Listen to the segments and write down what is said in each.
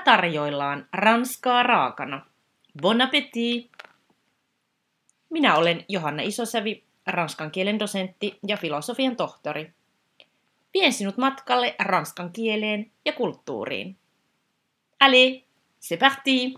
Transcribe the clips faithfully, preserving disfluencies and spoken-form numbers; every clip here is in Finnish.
tarjoillaan ranskaa raakana. Bon appétit! Minä olen Johanna Isosävi, ranskan kielen dosentti ja filosofian tohtori. Vien sinut matkalle ranskan kieleen ja kulttuuriin. Allez, c'est parti!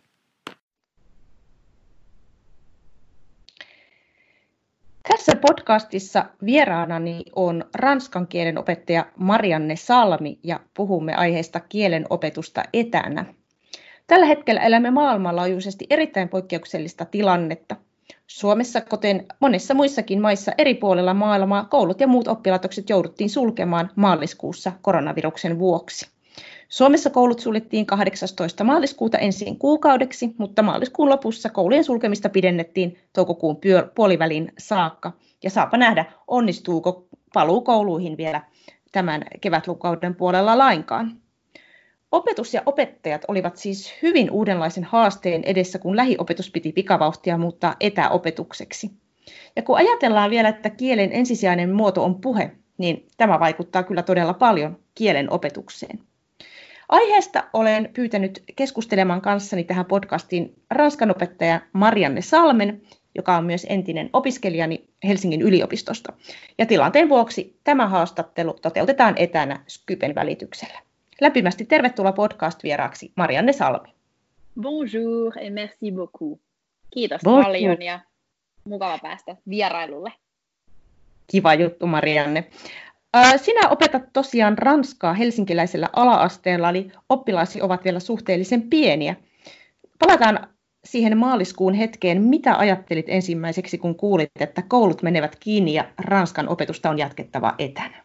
Tässä podcastissa vieraanani on ranskan kielen opettaja Marianne Salmi ja puhumme aiheesta kielen opetusta etänä. Tällä hetkellä elämme maailmanlaajuisesti erittäin poikkeuksellista tilannetta. Suomessa, kuten monessa muissakin maissa eri puolilla maailmaa, koulut ja muut oppilaitokset jouduttiin sulkemaan maaliskuussa koronaviruksen vuoksi. Suomessa koulut suljettiin kahdeksastoista maaliskuuta ensin kuukaudeksi, mutta maaliskuun lopussa koulujen sulkemista pidennettiin toukokuun puoliväliin saakka. Ja saapa nähdä, onnistuuko paluu kouluihin vielä tämän kevätlukukauden puolella lainkaan. Opetus ja opettajat olivat siis hyvin uudenlaisen haasteen edessä, kun lähiopetus piti pikavauhtia muuttaa etäopetukseksi. Ja kun ajatellaan vielä, että kielen ensisijainen muoto on puhe, niin tämä vaikuttaa kyllä todella paljon kielen opetukseen. Aiheesta olen pyytänyt keskustelemaan kanssani tähän podcastiin ranskan opettaja Marianne Salmen, joka on myös entinen opiskelijani Helsingin yliopistosta. Ja tilanteen vuoksi tämä haastattelu toteutetaan etänä Skypen välityksellä. Lämpimästi tervetuloa podcast-vieraaksi Marianne Salmi. Bonjour et merci beaucoup. Kiitos Bonjour. Paljon ja mukava päästä vierailulle. Kiva juttu, Marianne. Sinä opetat tosiaan ranskaa helsinkiläisellä ala-asteella, eli oppilaasi ovat vielä suhteellisen pieniä. Palataan siihen maaliskuun hetkeen. Mitä ajattelit ensimmäiseksi, kun kuulit, että koulut menevät kiinni ja ranskan opetusta on jatkettava etänä?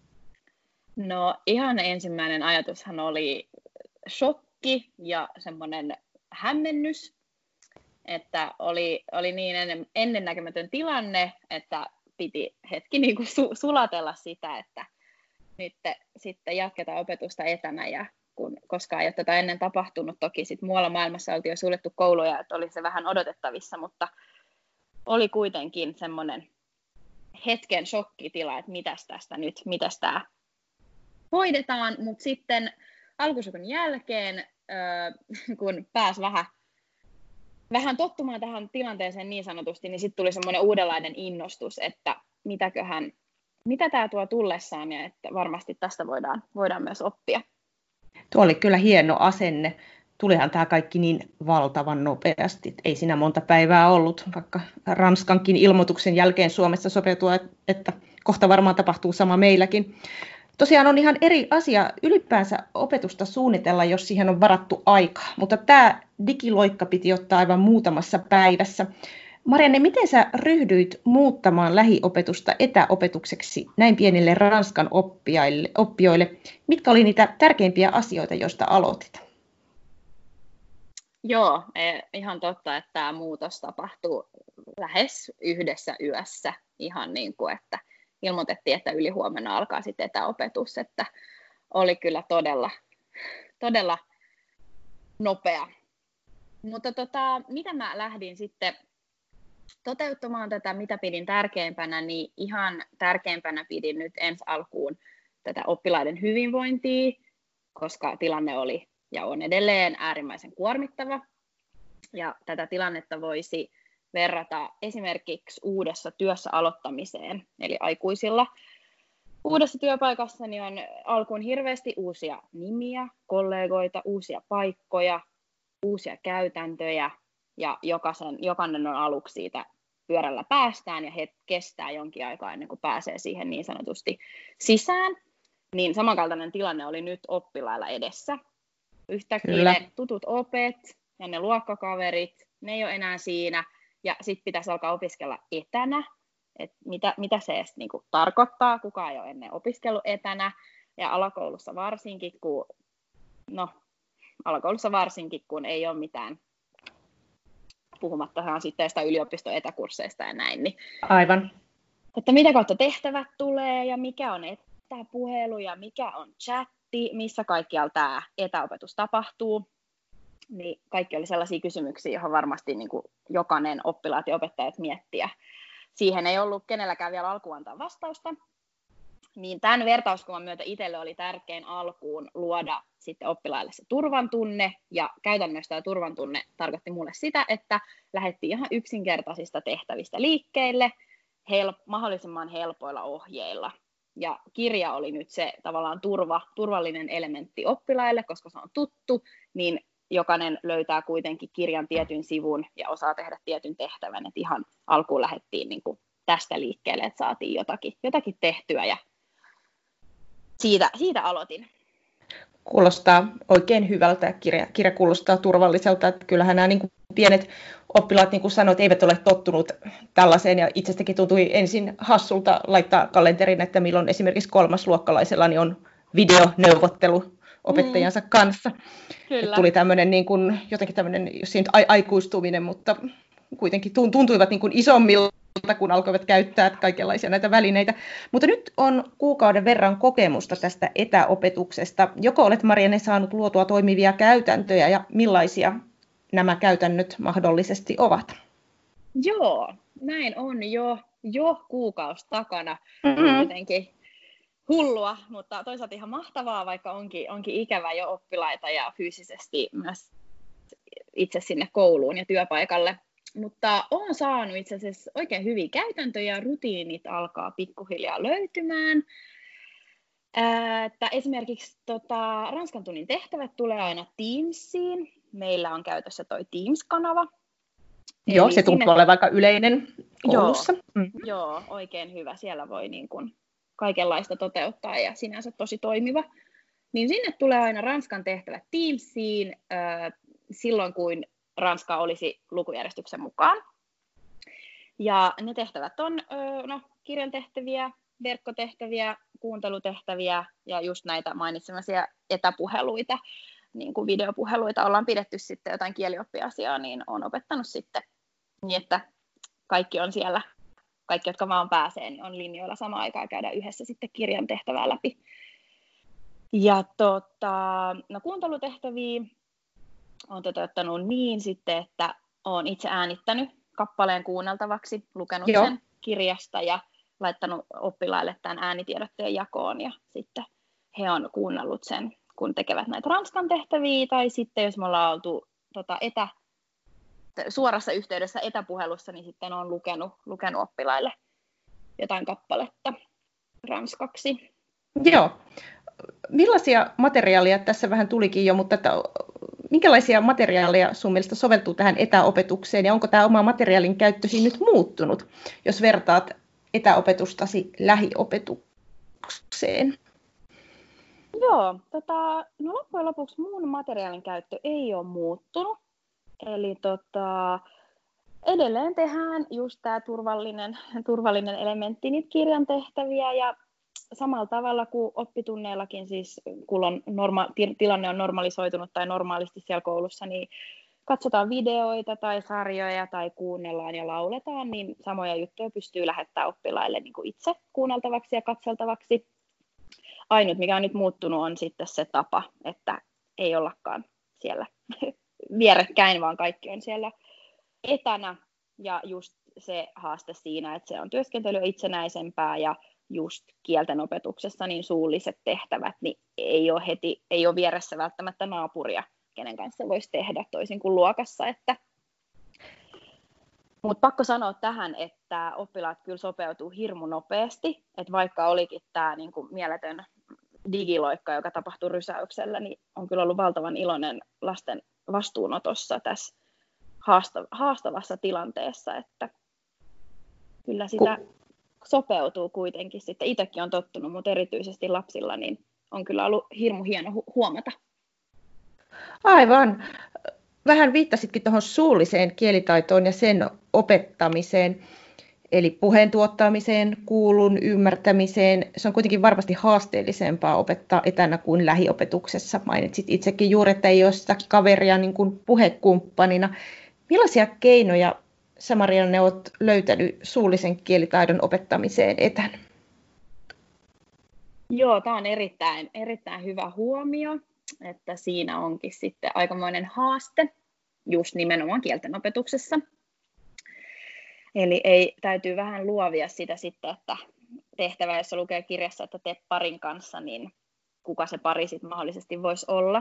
No ihan ensimmäinen ajatushan oli shokki ja semmoinen hämmennys, että oli, oli niin ennennäkemätön tilanne, että piti hetki niin kuin su- sulatella sitä, että nyt sitten jatketaan opetusta etänä, ja kun koskaan ei ole tätä ennen tapahtunut, toki sitten muualla maailmassa oltiin jo suljettu kouluja, että oli se vähän odotettavissa, mutta oli kuitenkin semmoinen hetken shokkitila, että mitäs tästä nyt, mitäs tämä hoidetaan, mutta sitten alkusykön jälkeen, kun pääsi vähän vähän tottumaan tähän tilanteeseen niin sanotusti, niin sitten tuli semmoinen uudenlainen innostus, että mitäköhän, mitä tämä tuo tullessaan, ja että varmasti tästä voidaan, voidaan myös oppia. Tuo oli kyllä hieno asenne. Tulihan tämä kaikki niin valtavan nopeasti. Ei siinä monta päivää ollut, vaikka Ranskankin ilmoituksen jälkeen Suomessa sopeutua, että kohta varmaan tapahtuu sama meilläkin. Tosiaan on ihan eri asia ylipäänsä opetusta suunnitella, jos siihen on varattu aikaa, mutta tämä digiloikka piti ottaa aivan muutamassa päivässä. Marianne, miten sä ryhdyit muuttamaan lähiopetusta etäopetukseksi näin pienille ranskan oppijoille? Mitkä oli niitä tärkeimpiä asioita, joista aloitit? Joo, ihan totta, että tämä muutos tapahtuu lähes yhdessä yössä, ihan niin kuin, että ilmoitettiin, että ylihuomenna alkaa sitten etäopetus, että oli kyllä todella, todella nopea. Mutta tota, mitä mä lähdin sitten toteuttamaan tätä, mitä pidin tärkeimpänä, niin ihan tärkeimpänä pidin nyt ensi alkuun tätä oppilaiden hyvinvointia, koska tilanne oli ja on edelleen äärimmäisen kuormittava. Ja tätä tilannetta voisi verrata esimerkiksi uudessa työssä aloittamiseen, eli aikuisilla uudessa työpaikassa niin on alkuun hirveästi uusia nimiä, kollegoita, uusia paikkoja, uusia käytäntöjä, ja jokaisen, jokainen on aluksi siitä pyörällä päästään, ja he kestää jonkin aikaa ennen kuin pääsee siihen niin sanotusti sisään. Niin samankaltainen tilanne oli nyt oppilailla edessä. Yhtäkkiä Kyllä. Ne tutut opet ja ne luokkakaverit, ne ei ole enää siinä. Ja sitten pitäisi alkaa opiskella etänä, että mitä, mitä se edes niinku tarkoittaa, kukaan ei ole ennen opiskellut etänä, ja alakoulussa varsinkin, kun, no, alakoulussa varsinkin, kun ei ole mitään, puhumattakaan sitten sitä yliopiston etäkursseista ja näin, niin, Aivan. että mitä kautta tehtävät tulee, ja mikä on etäpuhelu, ja mikä on chatti, missä kaikkialla tämä etäopetus tapahtuu. Niin kaikki oli sellaisia kysymyksiä, johon varmasti niin kuin jokainen oppilaat ja opettajat miettiä. Siihen ei ollut kenelläkään vielä alkuun antaa vastausta. Niin tämän vertauskuvan myötä itselle oli tärkein alkuun luoda sitten oppilaille se turvan tunne, ja käytännössä tämä turvan tunne tarkoitti mulle sitä, että lähdettiin ihan yksinkertaisista tehtävistä liikkeelle help- mahdollisimman helpoilla ohjeilla. Ja kirja oli nyt se tavallaan turva, turvallinen elementti oppilaille, koska se on tuttu, niin jokainen löytää kuitenkin kirjan tietyn sivun ja osaa tehdä tietyn tehtävän. Et ihan alkuun lähdettiin niin kuin tästä liikkeelle, että saatiin jotakin, jotakin tehtyä, ja siitä, siitä aloitin. Kuulostaa oikein hyvältä. Kirja, kirja kuulostaa turvalliselta. Että kyllähän nämä niin kuin pienet oppilaat, niin kuin sanoit, eivät ole tottunut tällaiseen. Ja itsestäkin tuntui ensin hassulta laittaa kalenterin, että milloin esimerkiksi kolmasluokkalaisella niin on videoneuvottelu opettajansa mm. kanssa. Kyllä. Tuli tämmöinen niin kuin, jotenkin tämmöinen, jos siinä nyt aikuistuminen, mutta kuitenkin tuntuivat niin kuin isommilta, kun alkoivat käyttää kaikenlaisia näitä välineitä. Mutta nyt on kuukauden verran kokemusta tästä etäopetuksesta. Joko olet, Marianne, saanut luotua toimivia käytäntöjä, ja millaisia nämä käytännöt mahdollisesti ovat? Joo, näin on jo, jo kuukausi takana. Mm-hmm. Jotenkin hullua, mutta toisaalta ihan mahtavaa, vaikka onkin, onkin ikävä jo oppilaita ja fyysisesti myös itse sinne kouluun ja työpaikalle. Mutta olen saanut itse asiassa oikein hyviä käytäntöjä, rutiinit alkaa pikkuhiljaa löytymään. Ää, että esimerkiksi tota, Ranskan tunnin tehtävät tulee aina Teamsiin. Meillä on käytössä toi Teams-kanava. Joo, eli se tuntuu sinne olevan aika yleinen koulussa. Joo, mm-hmm. joo, oikein hyvä. Siellä voi niin kuin kaikenlaista toteuttaa ja sinänsä tosi toimiva. Niin sinne tulee aina Ranskan tehtävät Teamsiin ää, silloin, kun Ranska olisi lukujärjestyksen mukaan. Ja ne tehtävät on no, kirjan tehtäviä, verkkotehtäviä, kuuntelutehtäviä ja just näitä mainitsemaisia etäpuheluita, niin kuin videopuheluita ollaan pidetty sitten jotain kielioppiasiaa, niin olen opettanut sitten niin, että kaikki on siellä, kaikki jotka vaan pääsee, niin on linjoilla samaan aikaan käydä yhdessä sitten kirjan tehtävää läpi. Ja tota, no, kuuntelutehtäviä olen toteuttanut niin sitten, että olen itse äänittänyt kappaleen kuunneltavaksi, lukenut Joo. sen kirjasta ja laittanut oppilaille tämän äänitiedotteen jakoon, ja sitten he on kuunnellut sen, kun tekevät näitä Ranskan tehtäviä, tai sitten jos me ollaan oltu tota, etä, suorassa yhteydessä etäpuhelussa, niin sitten olen lukenut, lukenut oppilaille jotain kappaletta ranskaksi. Joo. Millaisia materiaaleja, tässä vähän tulikin jo, mutta että minkälaisia materiaaleja sun mielestä soveltuu tähän etäopetukseen, ja onko tämä oma materiaalin käyttösi nyt muuttunut, jos vertaat etäopetustasi lähiopetukseen? Joo, tota, no loppujen lopuksi mun materiaalin käyttö ei ole muuttunut. Eli tota, edelleen tehdään just tämä turvallinen, turvallinen elementti, niitä kirjan tehtäviä, ja samalla tavalla kuin oppitunneillakin, siis kun on norma- tilanne on normalisoitunut tai normaalisti siellä koulussa, niin katsotaan videoita tai sarjoja tai kuunnellaan ja lauletaan, niin samoja juttuja pystyy lähettämään oppilaille niin kuin itse kuunneltavaksi ja katseltavaksi. Ainut, mikä on nyt muuttunut, on sitten se tapa, että ei ollakaan siellä vierekkäin, vaan kaikki on siellä etänä, ja just se haaste siinä, että se on työskentely itsenäisempää, ja just kielten opetuksessa niin suulliset tehtävät, niin ei ole heti, ei ole vieressä välttämättä naapuria, kenen kanssa voisi tehdä, toisin kuin luokassa. Että mutta pakko sanoa tähän, että oppilaat kyllä sopeutuu hirmu nopeasti, että vaikka olikin tämä niin kuin mieletön digiloikka, joka tapahtui rysäyksellä, niin on kyllä ollut valtavan iloinen lasten vastuunotossa tässä haastavassa tilanteessa, että kyllä sitä sopeutuu kuitenkin sitten. Itsekin on tottunut, mutta erityisesti lapsilla niin on kyllä ollut hirmu hieno hu- huomata. Aivan. Vähän viittasitkin tuohon suulliseen kielitaitoon ja sen opettamiseen, eli puheen tuottamiseen, kuulun ymmärtämiseen. Se on kuitenkin varmasti haasteellisempaa opettaa etänä kuin lähiopetuksessa. Mainitsit itsekin juuri, että ei ole sitä kaveria niin kuin puhekumppanina. Millaisia keinoja sä, Marianne, olet löytänyt suullisen kielitaidon opettamiseen etänä? Joo, tämä on erittäin, erittäin hyvä huomio, että siinä onkin sitten aikamoinen haaste just nimenomaan kielten opetuksessa. Eli ei, täytyy vähän luovia sitä sitten, että tehtävä, jossa lukee kirjassa, että tee parin kanssa, niin kuka se pari sitten mahdollisesti voisi olla.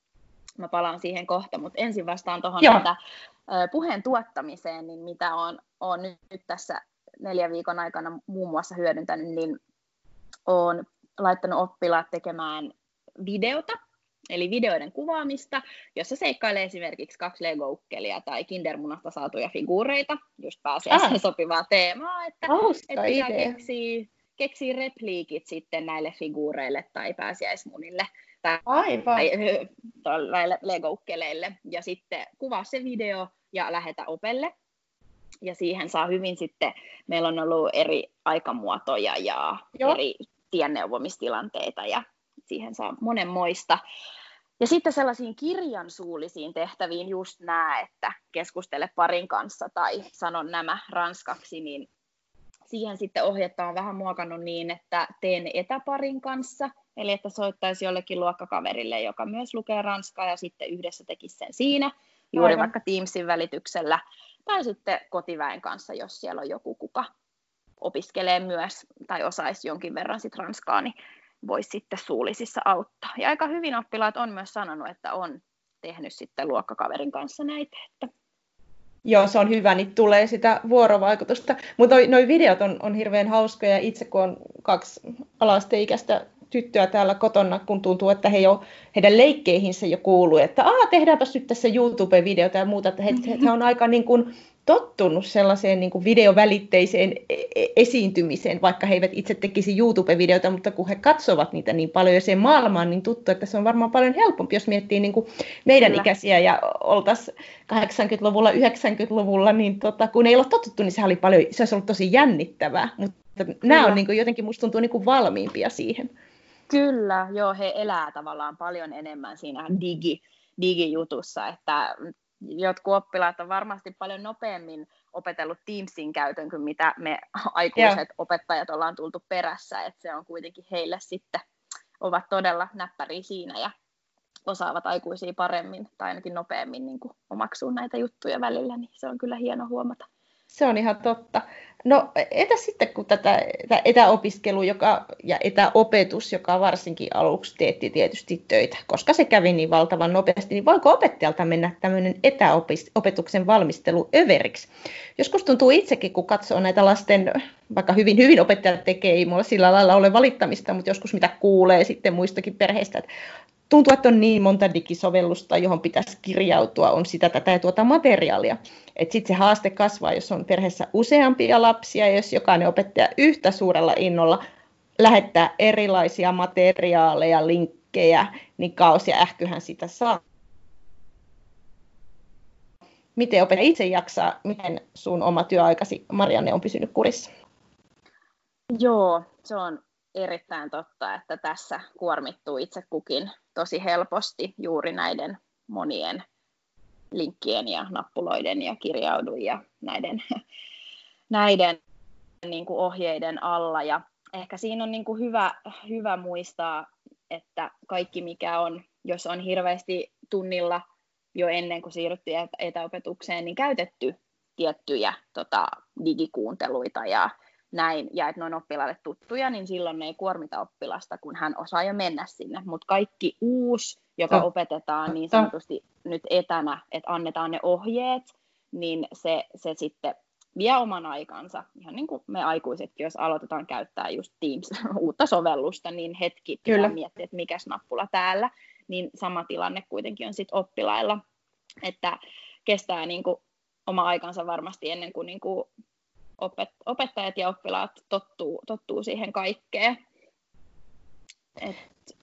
Mä palaan siihen kohta, mutta ensin vastaan tuohon, että puheen tuottamiseen, niin mitä on, on nyt, nyt tässä neljän viikon aikana muun muassa hyödyntänyt, niin olen laittanut oppilaat tekemään videota, eli videoiden kuvaamista, jossa seikkailee esimerkiksi kaksi Lego-ukkelia tai kindermunasta saatuja figuureita, just pääsee ah. sopivaa teemaa, että, että pitää keksii, keksii repliikit sitten näille figuureille tai pääsiäismunille tai, tai, tai Lego-ukkeleille, ja sitten kuvaa se video ja lähetä opelle. Ja siihen saa hyvin sitten, meillä on ollut eri aikamuotoja ja Joo. eri tienneuvomistilanteita ja siihen saa monenmoista. Ja sitten sellaisiin kirjansuullisiin tehtäviin just nämä, että keskustele parin kanssa tai sano nämä ranskaksi, niin siihen sitten ohjetta on vähän muokannut niin, että teen etäparin kanssa, eli että soittaisi jollekin luokkakaverille, joka myös lukee ranskaa ja sitten yhdessä tekisi sen siinä, juuri Aivan. vaikka Teamsin välityksellä, tai sitten kotiväen kanssa, jos siellä on joku, kuka opiskelee myös tai osaisi jonkin verran sit ranskaa, niin voisi sitten suullisissa auttaa. Ja aika hyvin oppilaat on myös sanonut, että on tehnyt sitten luokkakaverin kanssa näitä. Että... Joo, se on hyvä, niin tulee sitä vuorovaikutusta. Mutta noi, noi videot on, on hirveän hauskoja. Itse kun on kaksi ala-asteikäistä tyttöä täällä kotona, kun tuntuu, että he jo, heidän leikkeihinsä jo kuuluu, että Aa, tehdäänpäs nyt tässä YouTube-videota ja muuta, että he, he on aika niin kuin tottunut sellaiseen niin kuin videovälitteiseen esiintymiseen, vaikka he eivät itse tekisi YouTube-videota, mutta kun he katsovat niitä niin paljon ja sen maailmaan, niin tuttu, että se on varmaan paljon helpompi, jos miettii niin kuin meidän Kyllä. ikäisiä ja oltaisiin kahdeksankymmentäluvulla, yhdeksänkymmentäluvulla, niin tota, kun ei ole totuttu, niin se, oli paljon, se olisi ollut tosi jännittävää, mutta Kyllä. nämä on niin kuin, jotenkin musta tuntuu niin kuin valmiimpia siihen. Kyllä, joo, he elää tavallaan paljon enemmän siinä digi, digijutussa, että jotkut oppilaat on varmasti paljon nopeammin opetellut Teamsin käytön kuin mitä me aikuiset Joo. opettajat ollaan tultu perässä, että se on kuitenkin heille sitten, ovat todella näppäriä siinä ja osaavat aikuisia paremmin tai ainakin nopeammin niin kuin omaksua näitä juttuja välillä, niin se on kyllä hieno huomata. Se on ihan totta. No entä sitten, kun tätä, tätä etäopiskelu joka, ja etäopetus, joka varsinkin aluksi teetti tietysti töitä, koska se kävi niin valtavan nopeasti, niin voiko opettajalta mennä tämmöinen etäopetuksen valmistelu överiksi? Joskus tuntuu itsekin, kun katsoo näitä lasten, vaikka hyvin, hyvin opettajat tekee, ei mulla sillä lailla ole valittamista, mutta joskus mitä kuulee sitten muistakin perheistä, että tuntuu, että on niin monta digisovellusta, johon pitäisi kirjautua, on sitä tätä ja tuota materiaalia. Sitten se haaste kasvaa, jos on perheessä useampia lapsia, ja jos jokainen opettaja yhtä suurella innolla lähettää erilaisia materiaaleja, linkkejä, niin kaos ja ähkyhän sitä saa. Miten opettaja itse jaksaa, miten sun oma työaikasi, Marianne, on pysynyt kurissa? Joo, se on erittäin totta, että tässä kuormittuu itse kukin tosi helposti juuri näiden monien linkkien ja nappuloiden ja kirjaudun ja näiden, näiden niin kuin ohjeiden alla. Ja ehkä siinä on niin kuin hyvä, hyvä muistaa, että kaikki mikä on, jos on hirveästi tunnilla jo ennen kuin siirryttiin etäopetukseen, niin käytetty tiettyjä tota, digikuunteluita ja näin, ja että ne on oppilaille tuttuja, niin silloin ne ei kuormita oppilasta, kun hän osaa jo mennä sinne. Mutta kaikki uusi, joka no. opetetaan niin sanotusti nyt etänä, että annetaan ne ohjeet, niin se, se sitten vie oman aikansa. Ihan niin kuin me aikuisetkin, jos aloitetaan käyttää just Teams, uutta sovellusta, niin hetki pitää miettiä, että mikäs nappula täällä. Niin sama tilanne kuitenkin on sitten oppilailla, että kestää niin kuin oma aikansa varmasti ennen kuin, niin kuin opettajat ja oppilaat tottuu, tottuu siihen kaikkeen. Et...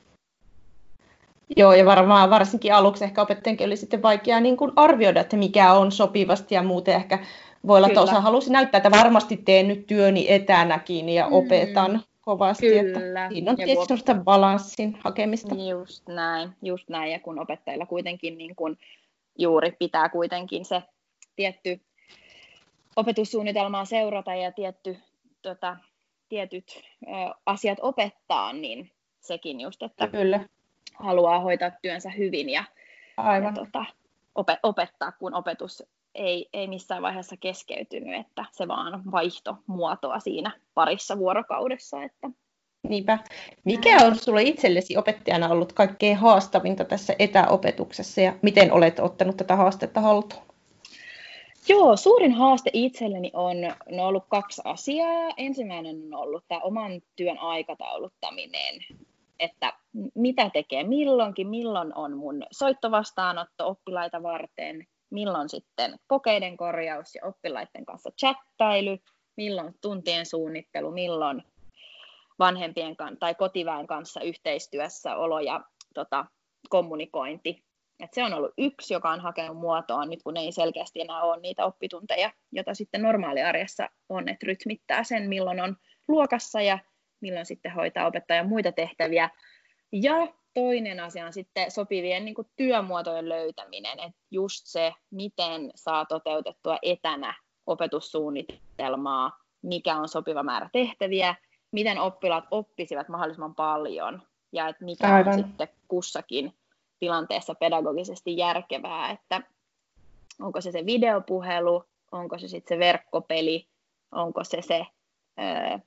Joo, ja varmaan varsinkin aluksi ehkä opettajankin oli sitten vaikeaa niin kuin arvioida, että mikä on sopivasti ja muuten ehkä voi olla, että osa halusi näyttää, että varmasti teen nyt työni etänäkin ja opetan mm, kovasti. Kyllä. Että siinä on tietysti sellaista balanssin hakemista. Just näin, just näin, ja kun opettajilla kuitenkin niin kun juuri pitää kuitenkin se tietty opetussuunnitelmaa seurata ja tietty, tota, tietyt ö, asiat opettaa, niin sekin just, että Kyllä. haluaa hoitaa työnsä hyvin ja, Aivan. ja tota, opettaa, kun opetus ei, ei missään vaiheessa keskeytynyt, että se vaan vaihto muotoa siinä parissa vuorokaudessa. Että Niinpä. Mikä on sulle itsellesi opettajana ollut kaikkein haastavinta tässä etäopetuksessa ja miten olet ottanut tätä haastetta haltuun? Joo, suurin haaste itselleni on, on ollut kaksi asiaa. Ensimmäinen on ollut tämä oman työn aikatauluttaminen, että mitä tekee milloinkin, milloin on mun soittovastaanotto oppilaita varten, milloin sitten kokeiden korjaus ja oppilaiden kanssa chattailu, milloin tuntien suunnittelu, milloin vanhempien tai kotiväen kanssa yhteistyössä olo ja tota, kommunikointi. Et se on ollut yksi, joka on hakenut muotoaan nyt, kun ei selkeästi enää ole niitä oppitunteja, joita sitten normaaliarjessa on, että rytmittää sen, milloin on luokassa ja milloin sitten hoitaa opettajan muita tehtäviä. Ja toinen asia on sitten sopivien niin kuin työmuotojen löytäminen, että just se, miten saa toteutettua etänä opetussuunnitelmaa, mikä on sopiva määrä tehtäviä, miten oppilaat oppisivat mahdollisimman paljon ja että mikä Aivan. on sitten kussakin tilanteessa pedagogisesti järkevää, että onko se se videopuhelu, onko se sitten se verkkopeli, onko se se äh,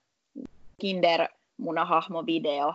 Kinder-munahahmo-video,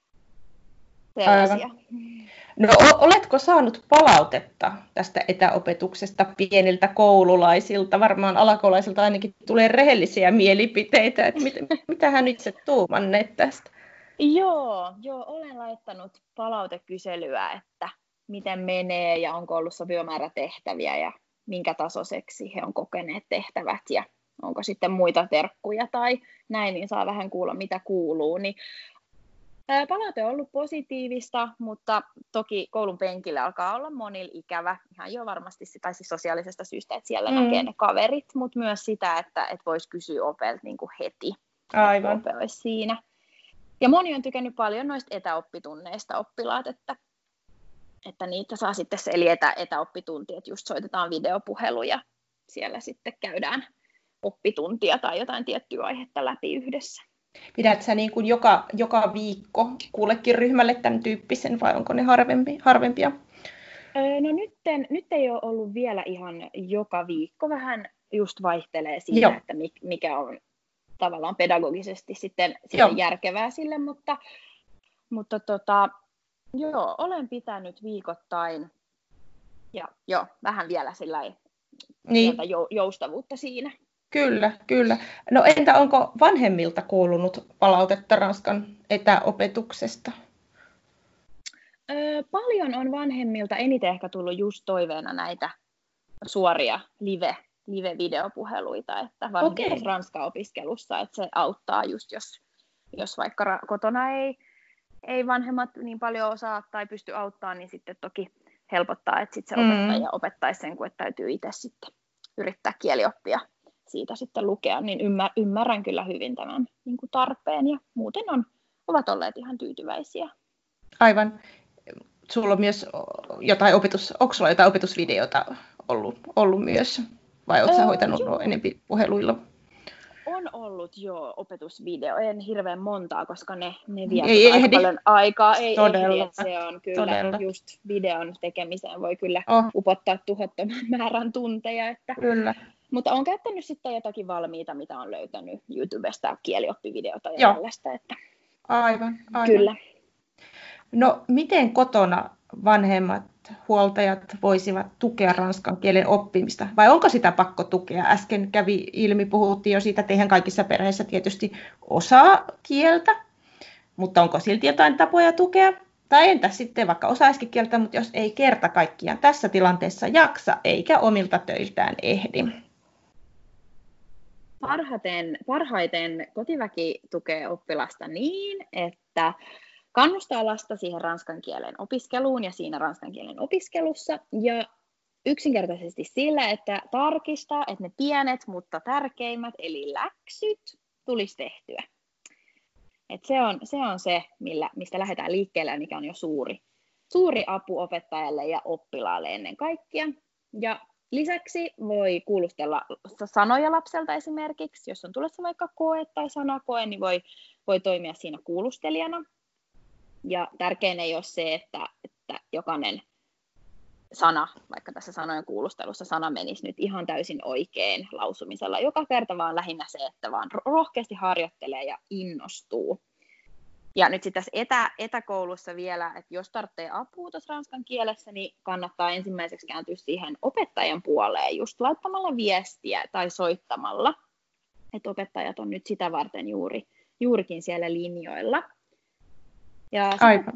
sellaisia. No oletko saanut palautetta tästä etäopetuksesta pieniltä koululaisilta? Varmaan alakoulaisilta ainakin tulee rehellisiä mielipiteitä, että mit, mitä hän itse tuumanneet tästä? Joo, joo, olen laittanut palautekyselyä, että miten menee ja onko ollut sopiva määrä tehtäviä ja minkä tasoiseksi he on kokeneet tehtävät ja onko sitten muita terkkuja tai näin, niin saa vähän kuulla mitä kuuluu. Niin palaute on ollut positiivista, mutta toki koulun penkillä alkaa olla monilla ikävä, ihan jo varmasti tai siis sosiaalisesta syystä, että siellä mm. näkee ne kaverit, mutta myös sitä, että, että voisi kysyä opelta niin kuin heti, Aivan. että ope olisi siinä. Ja moni on tykännyt paljon noista etäoppitunneista oppilaat, että, että niitä saa sitten se, eli etä, etäoppitunti, että just soitetaan videopuhelu ja siellä sitten käydään oppituntia tai jotain tiettyä aihetta läpi yhdessä. Pidät sä niin kuin joka, joka viikko kullekin ryhmälle tämän tyyppisen vai onko ne harvempi, harvempia? No nyt, nyt ei ole ollut vielä ihan joka viikko, vähän just vaihtelee siinä, Joo. että mikä on tavallaan pedagogisesti sitten, sitten järkevää sille, mutta, mutta tota, joo, olen pitänyt viikoittain ja jo vähän vielä sillai, niin. joustavuutta siinä. Kyllä, kyllä. No entä onko vanhemmilta kuulunut palautetta Ranskan etäopetuksesta? Öö, paljon on vanhemmilta, eniten ehkä tullut just toiveena näitä suoria live, live-videopuheluita, että varsinkin okay. Ranska-opiskelussa, että se auttaa just, jos, jos vaikka kotona ei, ei vanhemmat niin paljon osaa tai pysty auttamaan, niin sitten toki helpottaa, että sit se opettaja mm. opettaisi sen, kun että täytyy itse sitten yrittää kielioppia siitä sitten lukea, niin ymmärrän kyllä hyvin tämän niin kuin tarpeen ja muuten on, ovat olleet ihan tyytyväisiä. Aivan. Sulla on myös jotain opetus, onko sulla jotain opetusvideota ollut, ollut myös, vai oletko sä hoitanut öö, enempi puheluilla? On ollut jo opetusvideo, en hirveän montaa, koska ne, ne vie ei aika ehdi. paljon aikaa. Ei Todella. ehdi, että se on kyllä Todella. Just videon tekemiseen voi kyllä oh. upottaa tuhottoman määrän tunteja. Että... Kyllä. Mutta olen käyttänyt sitten jotakin valmiita, mitä on löytänyt YouTubesta, kielioppivideota ja Joo. tällaista. Että... Aivan, aivan. Kyllä. No miten kotona vanhemmat huoltajat voisivat tukea ranskan kielen oppimista? Vai onko sitä pakko tukea? Äsken kävi ilmi, puhuttiin jo siitä, että eihän kaikissa perheissä tietysti osaa kieltä, mutta onko silti jotain tapoja tukea? Tai entä sitten vaikka osaisikin kieltä, mutta jos ei kerta kaikkiaan tässä tilanteessa jaksa eikä omilta töiltään ehdi? Parhaiten, parhaiten kotiväki tukee oppilasta niin, että kannustaa lasta siihen ranskan kielen opiskeluun ja siinä ranskan kielen opiskelussa ja yksinkertaisesti sillä, että tarkistaa, että ne pienet, mutta tärkeimmät, eli läksyt, tulisi tehtyä. Et se, on, se on se, millä, mistä lähdetään liikkeelle ja mikä on jo suuri, suuri apu opettajalle ja oppilaalle ennen kaikkea. Ja lisäksi voi kuulustella sanoja lapselta esimerkiksi, jos on tulossa vaikka koe tai sanakoe, niin voi, voi toimia siinä kuulustelijana. Ja tärkein ei ole se, että, että jokainen sana, vaikka tässä sanojen kuulustelussa sana menisi nyt ihan täysin oikein lausumisella. Joka kerta vaan lähinnä se, että vaan rohkeasti harjoittelee ja innostuu. Ja nyt sitten tässä etä, etäkoulussa vielä, että jos tarvitsee apua tuossa ranskan kielessä, niin kannattaa ensimmäiseksi kääntyä siihen opettajan puoleen just laittamalla viestiä tai soittamalla. Että opettajat on nyt sitä varten juuri, juurikin siellä linjoilla. Ja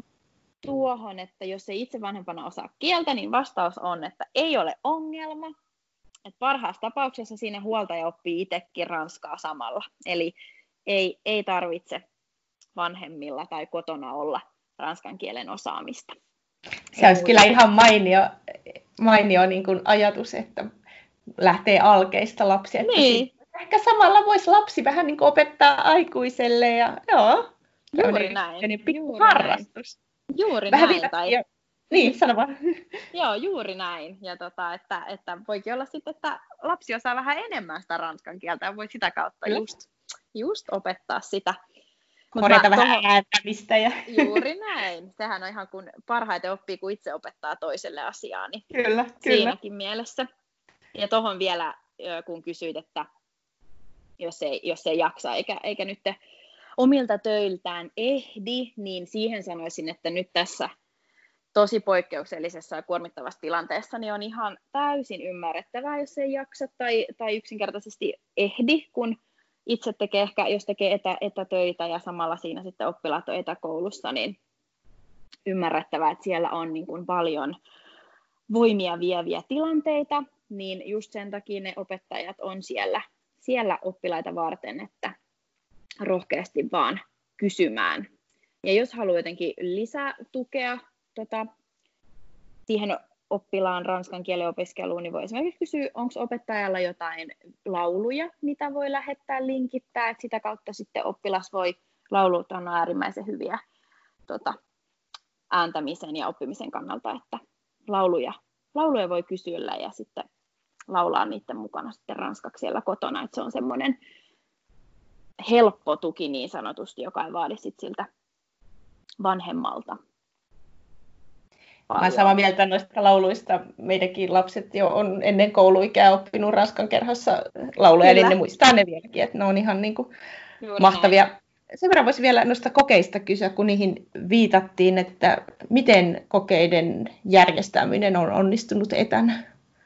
tuohon, että jos ei itse vanhempana osaa kieltä, niin vastaus on, että ei ole ongelma. Että parhaassa tapauksessa siinä huoltaja oppii itsekin ranskaa samalla. Eli ei, ei tarvitse vanhemmilla tai kotona olla ranskan kielen osaamista. Se olisi kyllä ihan mainio, mainio niin kuin ajatus, että lähtee alkeista lapsia. Niin. Ehkä samalla voisi lapsi vähän niin kuin opettaa aikuiselle. Ja, joo, juuri näin. Niin pikku harrastus. Juuri vähän näin. Tai... Ja... Niin, sano vaan. Joo, juuri näin. Ja tota, että, että voikin olla sitten, että lapsi osaa vähän enemmän sitä ranskan kieltä ja voi sitä kautta just, just opettaa sitä. Korjata vähän tohon... ääntämistä. Ja... Juuri näin. Sehän on ihan kun parhaiten oppii, kun itse opettaa toiselle asiaa. Niin kyllä, siinäkin kyllä. mielessä. Ja tuohon vielä, kun kysyit, että jos ei, jos ei jaksa eikä, eikä nyt omilta töiltään ehdi, niin siihen sanoisin, että nyt tässä tosi poikkeuksellisessa ja kuormittavassa tilanteessa niin on ihan täysin ymmärrettävää, jos ei jaksa tai, tai yksinkertaisesti ehdi, kun itse tekee ehkä, jos tekee etä, etätöitä ja samalla siinä sitten oppilaat on etäkoulussa, niin ymmärrettävää, että siellä on niin kuin paljon voimia vieviä tilanteita, niin just sen takia ne opettajat on siellä, siellä oppilaita varten, että rohkeasti vaan kysymään. Ja jos haluaa jotenkin lisää tukea tota, siihen oppilaan ranskan kielen opiskeluun, niin voi esimerkiksi kysyä, onko opettajalla jotain lauluja, mitä voi lähettää, linkittää, että sitä kautta sitten oppilas voi, laulut on äärimmäisen hyviä tota, ääntämisen ja oppimisen kannalta, että lauluja, lauluja voi kysyä ja sitten laulaa niiden mukana sitten ranskaksi siellä kotona, että se on semmoinen helppo tuki niin sanotusti, joka ei vaadi sit siltä vanhemmalta. Mä olen samaa mieltä noista lauluista. Meidänkin lapset jo on ennen kouluikää oppinut Ranskan kerhossa lauluja, eli ne muistaa ne vieläkin, että ne on ihan niin kuin mahtavia. Näin. Sen verran voisi vielä noista kokeista kysyä, kun niihin viitattiin, että miten kokeiden järjestäminen on onnistunut etänä?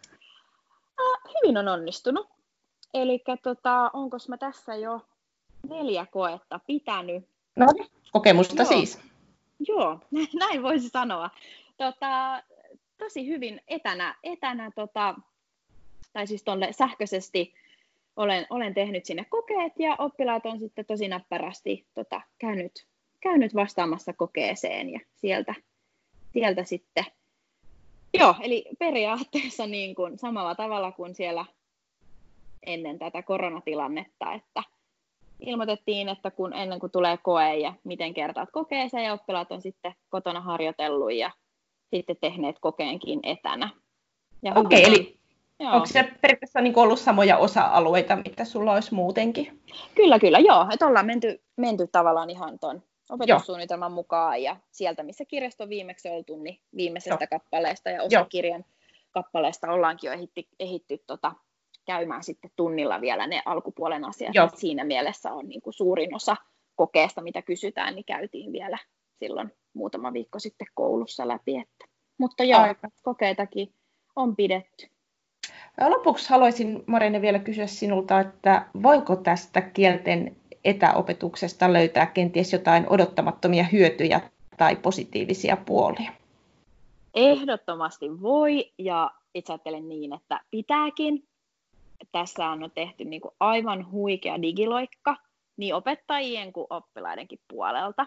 Hyvin on onnistunut. Eli tota, onko mä tässä jo neljä koetta pitänyt? No, kokemusta Joo. siis. Joo, näin voisi sanoa. Tota, tosi hyvin etänä, etänä tota, tai siis tonne sähköisesti olen, olen tehnyt sinne kokeet ja oppilaat on sitten tosi näppärästi tota, käynyt, käynyt vastaamassa kokeeseen ja sieltä, sieltä sitten. Joo, eli periaatteessa niin kuin samalla tavalla kuin siellä ennen tätä koronatilannetta, että ilmoitettiin, että kun ennen kuin tulee koe ja miten kertaat kokeeseen ja oppilaat on sitten kotona harjoitellut ja sitten tehneet kokeenkin etänä. Okei, okay, eli joo. Onko se periaatteessa niin ollut samoja osa-alueita, mitä sulla olisi muutenkin? Kyllä, kyllä, joo. Että ollaan menty, menty tavallaan ihan tuon opetussuunnitelman joo. mukaan ja sieltä, missä kirjasto on viimeksi oltu, niin viimeisestä joo. kappaleesta ja osa joo. kirjan kappaleesta ollaankin jo ehitty, ehitty tota, käymään sitten tunnilla vielä ne alkupuolen asiat. Joo. Siinä mielessä on niin kuin suurin osa kokeesta, mitä kysytään, niin käytiin vielä silloin muutama viikko sitten koulussa läpi. Että. Mutta joo, Aika. kokeitakin on pidetty. Lopuksi haluaisin, Marianne, vielä kysyä sinulta, että voiko tästä kielten etäopetuksesta löytää kenties jotain odottamattomia hyötyjä tai positiivisia puolia? Ehdottomasti voi, ja itse ajattelen niin, että pitääkin. Tässä on tehty niin kuin aivan huikea digiloikka niin opettajien kuin oppilaidenkin puolelta.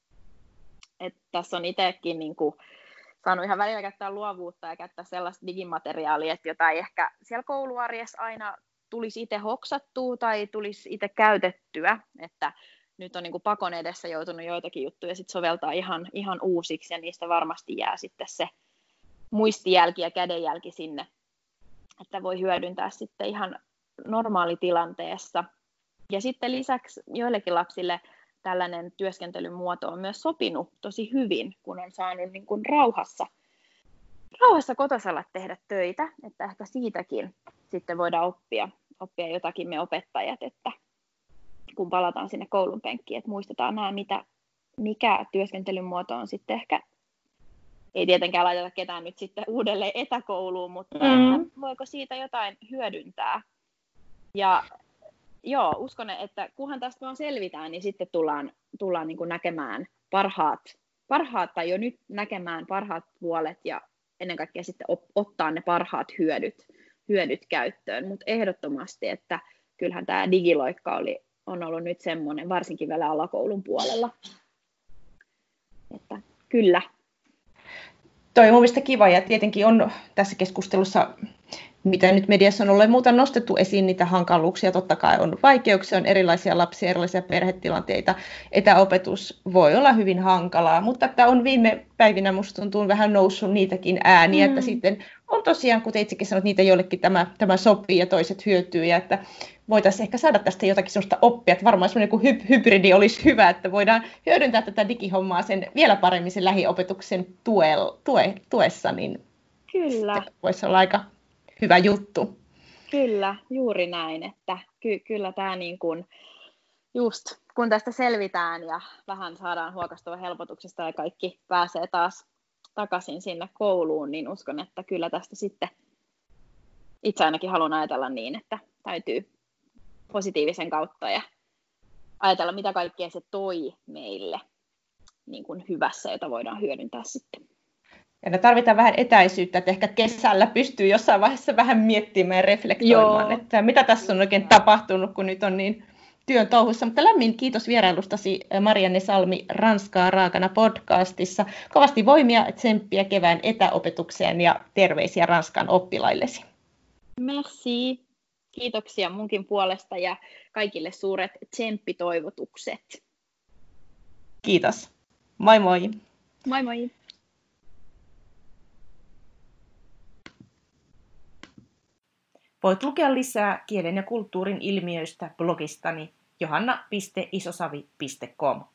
Et tässä on itsekin niin kuin saanut ihan välillä käyttää luovuutta ja käyttää sellaista digimateriaalia, että jota ei ehkä siellä kouluarjessa aina tulisi itse hoksattua tai tulisi itse käytettyä. Että nyt on niin kuin pakon edessä joutunut joitakin juttuja sit soveltaa ihan, ihan uusiksi ja niistä varmasti jää sitten se muistijälki ja kädenjälki sinne, että voi hyödyntää sitten ihan normaalitilanteessa. Ja sitten lisäksi joillekin lapsille tällainen työskentelyn muoto on myös sopinut tosi hyvin, kun on saanut niin kuin rauhassa, rauhassa kotosalla tehdä töitä, että ehkä siitäkin sitten voidaan oppia, oppia jotakin me opettajat, että kun palataan sinne koulun penkkiin, että muistetaan nämä, mitä, mikä työskentelyn muoto on sitten ehkä, ei tietenkään laiteta ketään nyt sitten uudelleen etäkouluun, mutta mm. että voiko siitä jotain hyödyntää. Ja joo, uskon, että kunhan tästä vaan selvitään, niin sitten tullaan, tullaan niin kuin näkemään parhaat, parhaat, tai jo nyt näkemään parhaat puolet ja ennen kaikkea sitten ottaa ne parhaat hyödyt, hyödyt käyttöön. Mutta ehdottomasti, että kyllähän tämä digiloikka oli, on ollut nyt semmoinen, varsinkin vielä alakoulun puolella. Että kyllä. Toi on mun mielestä kiva, ja tietenkin on tässä keskustelussa, mitä nyt mediassa on ollut muuta nostettu esiin, niitä hankaluuksia. Totta kai on vaikeuksia, on erilaisia lapsia, erilaisia perhetilanteita. Etäopetus voi olla hyvin hankalaa, mutta että on viime päivinä musta tuntuu vähän noussut niitäkin ääniä, mm. että sitten on tosiaan, kuten itsekin sanoit, niitä joillekin tämä, tämä sopii ja toiset hyötyy, ja että voitaisiin ehkä saada tästä jotakin sellaista oppia, että varmaan semmoinen kuin hy- hybridi olisi hyvä, että voidaan hyödyntää tätä digihommaa sen vielä paremmin sen lähiopetuksen tuel, tue, tuessa, niin kyllä. Voisi olla aika hyvä juttu. Kyllä, juuri näin, että ky- kyllä tämä niin kuin just kun tästä selvitään ja vähän saadaan huokastua helpotuksesta ja kaikki pääsee taas takaisin sinne kouluun, niin uskon, että kyllä tästä sitten itse ainakin haluan ajatella niin, että täytyy positiivisen kautta ja ajatella, mitä kaikkea se toi meille niin kuin hyvässä, jota voidaan hyödyntää sitten. Ja me tarvitaan vähän etäisyyttä, että ehkä kesällä pystyy jossain vaiheessa vähän miettimään ja reflektoimaan, Joo. että mitä tässä on oikein tapahtunut, kun nyt on niin työn touhussa. Mutta lämmin kiitos vierailustasi Marianne Salmi Ranskaa raakana podcastissa. Kovasti voimia ja tsemppiä kevään etäopetukseen ja terveisiä Ranskan oppilaillesi. Merci. Kiitoksia munkin puolesta ja kaikille suuret tsemppitoivotukset. Kiitos. Moi moi. Moi moi. Voit lukea lisää kielen ja kulttuurin ilmiöistä blogistani johanna piste isosavi piste com.